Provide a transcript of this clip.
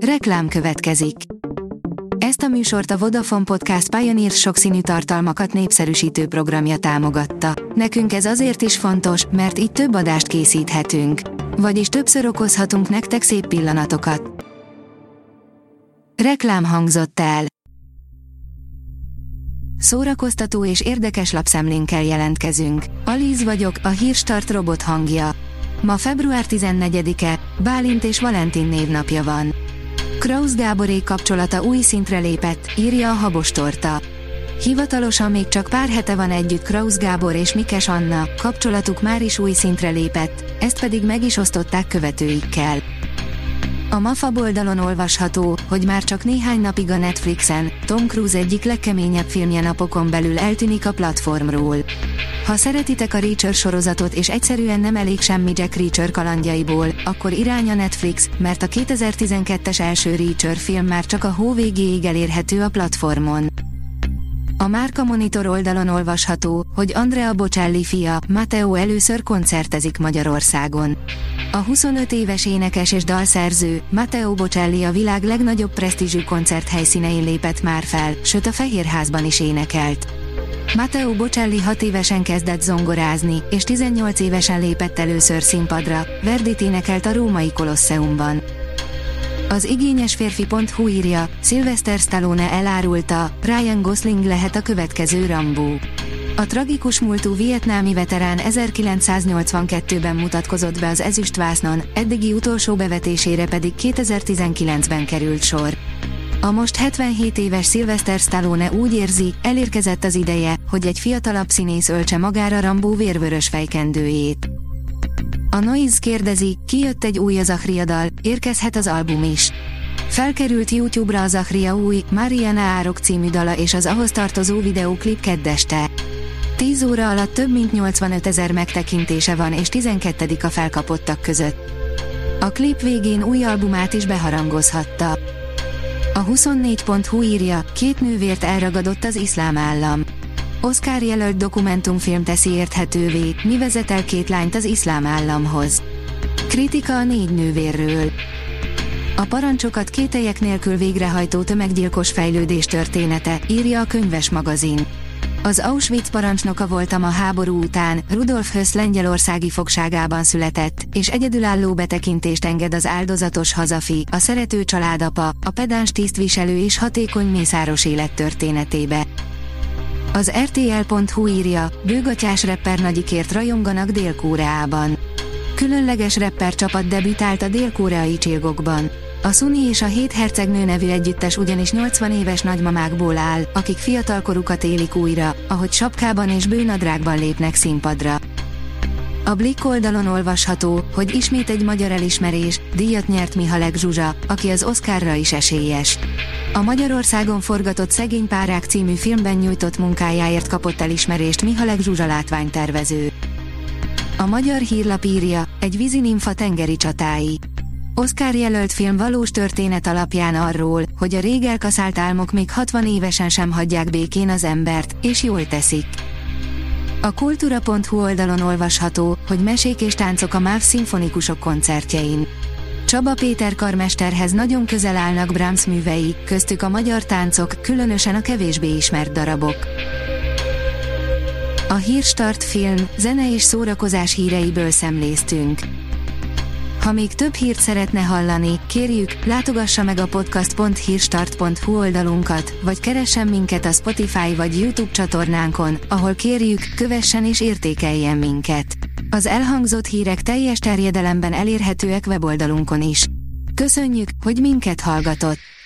Reklám következik. Ezt a műsort a Vodafone Podcast Pioneer sokszínű tartalmakat népszerűsítő programja támogatta. Nekünk ez azért is fontos, mert így több adást készíthetünk. Vagyis többször okozhatunk nektek szép pillanatokat. Reklám hangzott el. Szórakoztató és érdekes lapszemlénkkel jelentkezünk. Alíz vagyok, a Hírstart robot hangja. Ma február 14-e, Bálint és Valentin névnapja van. Krausz Gáborék kapcsolata új szintre lépett, írja a Habostorta. Hivatalosan még csak pár hete van együtt Krausz Gábor és Mikes Anna, kapcsolatuk már is új szintre lépett, ezt pedig meg is osztották követőikkel. A MAFA oldalon olvasható, hogy már csak néhány napig a Netflixen Tom Cruise egyik legkeményebb filmje napokon belül eltűnik a platformról. Ha szeretitek a Reacher sorozatot és egyszerűen nem elég semmi Jack Reacher kalandjaiból, akkor irány a Netflix, mert a 2012-es első Reacher film már csak a hó végéig elérhető a platformon. A Márka Monitor oldalon olvasható, hogy Andrea Bocelli fia, Matteo először koncertezik Magyarországon. A 25 éves énekes és dalszerző, Matteo Bocelli a világ legnagyobb presztízsű koncerthelyszínein lépett már fel, sőt a Fehérházban is énekelt. Matteo Bocelli 6 évesen kezdett zongorázni, és 18 évesen lépett először színpadra, Verdit énekelt a római Kolosseumban. Az igényesférfi.hu írja, Sylvester Stallone elárulta, Ryan Gosling lehet a következő Rambo. A tragikus múltú vietnámi veterán 1982-ben mutatkozott be az ezüstvásznon, eddigi utolsó bevetésére pedig 2019-ben került sor. A most 77 éves Sylvester Stallone úgy érzi, elérkezett az ideje, hogy egy fiatalabb színész öltse magára Rambo vérvörös fejkendőjét. A Noise kérdezi, kijött egy új Azachria dal, érkezhet az album is. Felkerült YouTube-ra Azachria új, Mariana Árok című dala és az ahhoz tartozó videóklip kedd este. 10 óra alatt több mint 85 000 megtekintése van és 12. a felkapottak között. A klip végén új albumát is beharangozhatta. A 24.hu írja, 2 nővért elragadott az iszlám állam. Oscar jelölt dokumentumfilm teszi érthetővé, mi vezet el 2 lányt az iszlám államhoz. Kritika a 4 nővérről. A parancsokat kételyek nélkül végrehajtó tömeggyilkos fejlődés története, írja a Könyves magazin. Az Auschwitz parancsnoka voltam a háború után, Rudolf Höss lengyelországi fogságában született, és egyedülálló betekintést enged az áldozatos hazafi, a szerető családapa, a pedáns tisztviselő és hatékony mészáros élettörténetébe. Az RTL.hu írja, bőgatyás rapper nagyikért rajonganak Dél-Koreában. Különleges rapper csapat debütált a dél-koreai Chilgokban. A Sunny és a 7 hercegnő nevű együttes ugyanis 80 éves nagymamákból áll, akik fiatalkorukat élik újra, ahogy sapkában és bőnadrágban lépnek színpadra. A Blick oldalon olvasható, hogy ismét egy magyar elismerés, díjat nyert Mihalek Zsuzsa, aki az Oscarra is esélyes. A Magyarországon forgatott Szegény párák című filmben nyújtott munkájáért kapott elismerést Mihalek Zsuzsa látványtervező. A Magyar Hírlap írja, egy vízinimfa tengeri csatái. Oscar jelölt film valós történet alapján arról, hogy a rég elkaszált álmok még 60 évesen sem hagyják békén az embert, és jól teszik. A kultúra.hu oldalon olvasható, hogy mesék és táncok a MÁV szimfonikusok koncertjein. Csaba Péter karmesterhez nagyon közel állnak Brahms művei, köztük a magyar táncok, különösen a kevésbé ismert darabok. A Hírstart film, zene és szórakozás híreiből szemléztünk. Ha még több hírt szeretne hallani, kérjük, látogassa meg a podcast.hírstart.hu oldalunkat, vagy keressen minket a Spotify vagy YouTube csatornánkon, ahol kérjük, kövessen és értékeljen minket. Az elhangzott hírek teljes terjedelemben elérhetőek weboldalunkon is. Köszönjük, hogy minket hallgatott!